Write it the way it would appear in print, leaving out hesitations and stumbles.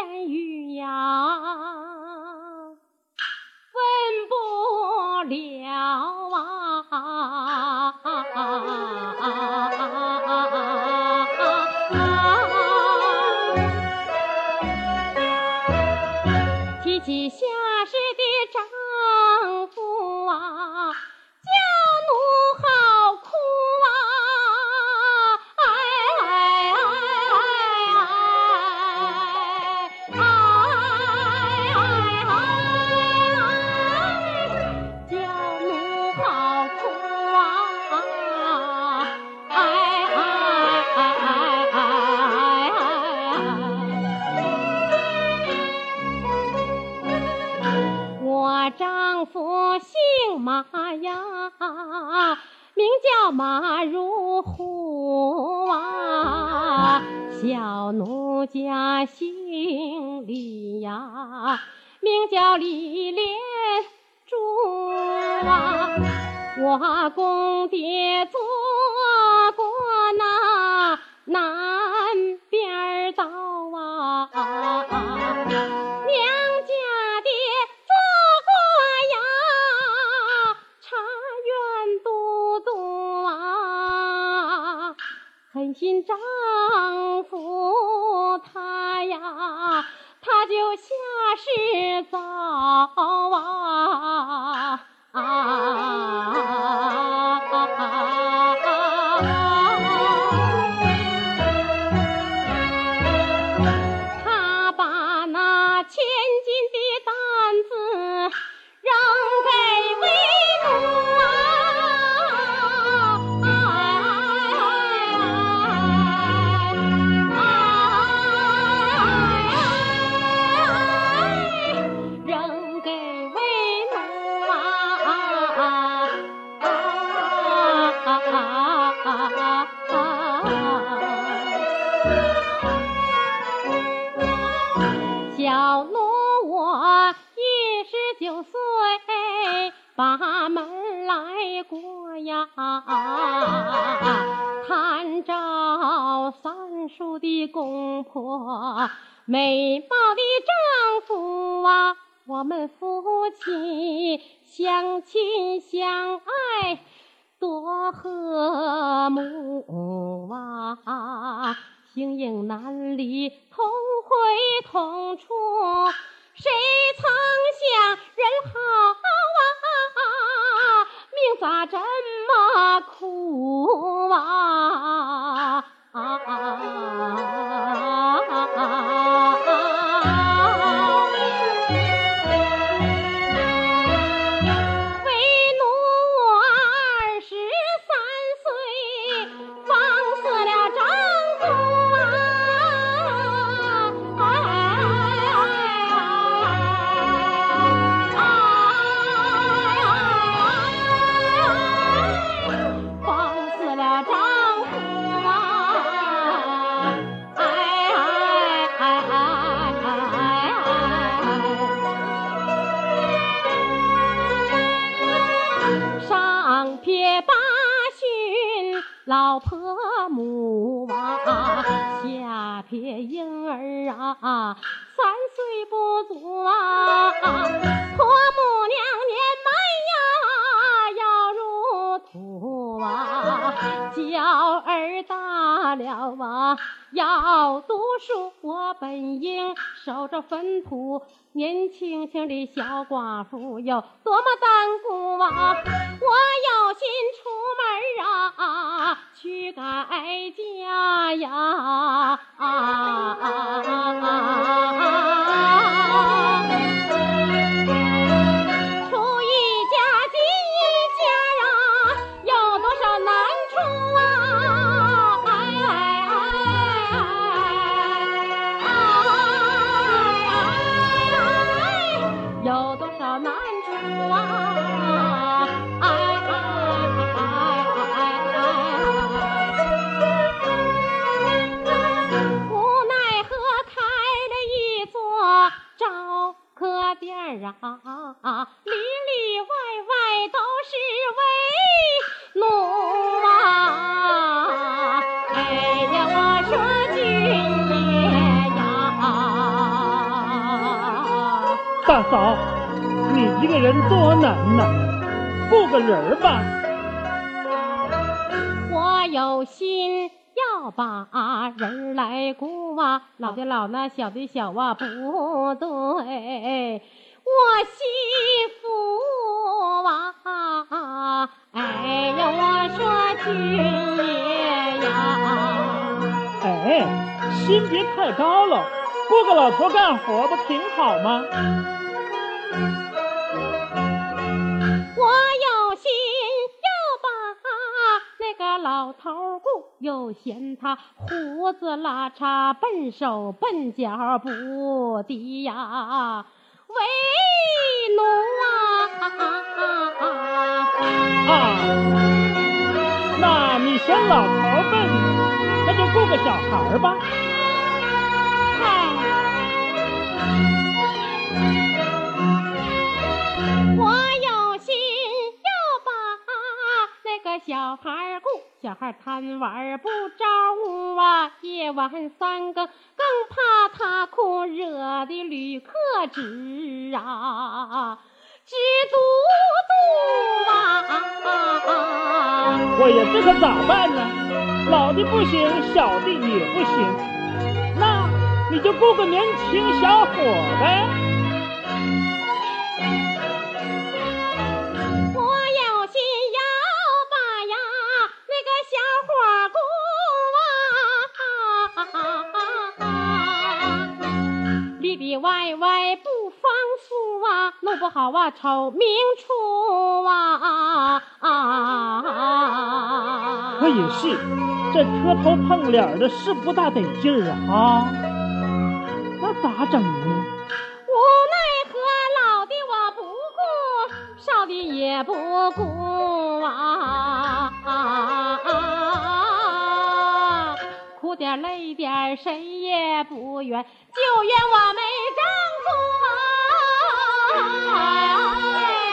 言语呀，闻不了啊。提起下世的丈夫啊，叫奴好哭啊，叫奴好哭啊，我丈夫姓马呀，名叫马如虎啊，小奴家姓李呀，名叫李连珠啊，我公爹做过那南边道啊，娘家的做过呀茶园都督啊，狠心丈夫他呀，他就下世早啊。他把那千斤的担子扔给为奴扔给为奴小奴我29岁把门来过呀，看着三叔的公婆，美貌的丈夫啊，我们夫妻相亲相爱多和睦啊，形影难离，同回同处，谁曾想人好啊，命咋这么苦啊？老婆母啊，下撇婴儿啊，3岁不足啊，婆母娘年迈呀，要入土啊，娇儿大了啊，要读书，我本应守着坟土，年轻轻的小寡妇有多么耽误啊，我有心出门啊，去改嫁呀，出一家进一家啊，有多少难处啊，有多少难处啊，啊，里里外外都是为奴啊！哎呀，我说君爷呀！ 嫂，你一个人多难呐，雇个人吧。 我有心要把人来雇啊，老的老那小的小啊，不对，我媳妇啊，哎呀，我说君爷呀， 哎，心别太高了，雇个老头干活不挺好吗？ 我有心要把那个老头雇，又嫌他胡子拉碴，笨手笨脚不的呀，为奴啊，那你嫌老头笨，那就雇个小孩吧。 我有心要把那个小孩雇，小孩贪玩不着屋啊，夜晚3更更怕他哭，惹的旅客知啊，知足足啊。 我也这可咋办呢？老的不行，小的也不行，那你就雇个年轻小伙呗。 我有心要把呀那个小伙雇啊，里里外外不方素啊，弄不好啊丑名出啊。 可也是，这磕头碰脸的是不大得劲儿啊！那咋整呢？ 无奈何老的我不顾，少的也不顾啊，哭点累点谁也不怨，就怨我没丈夫啊。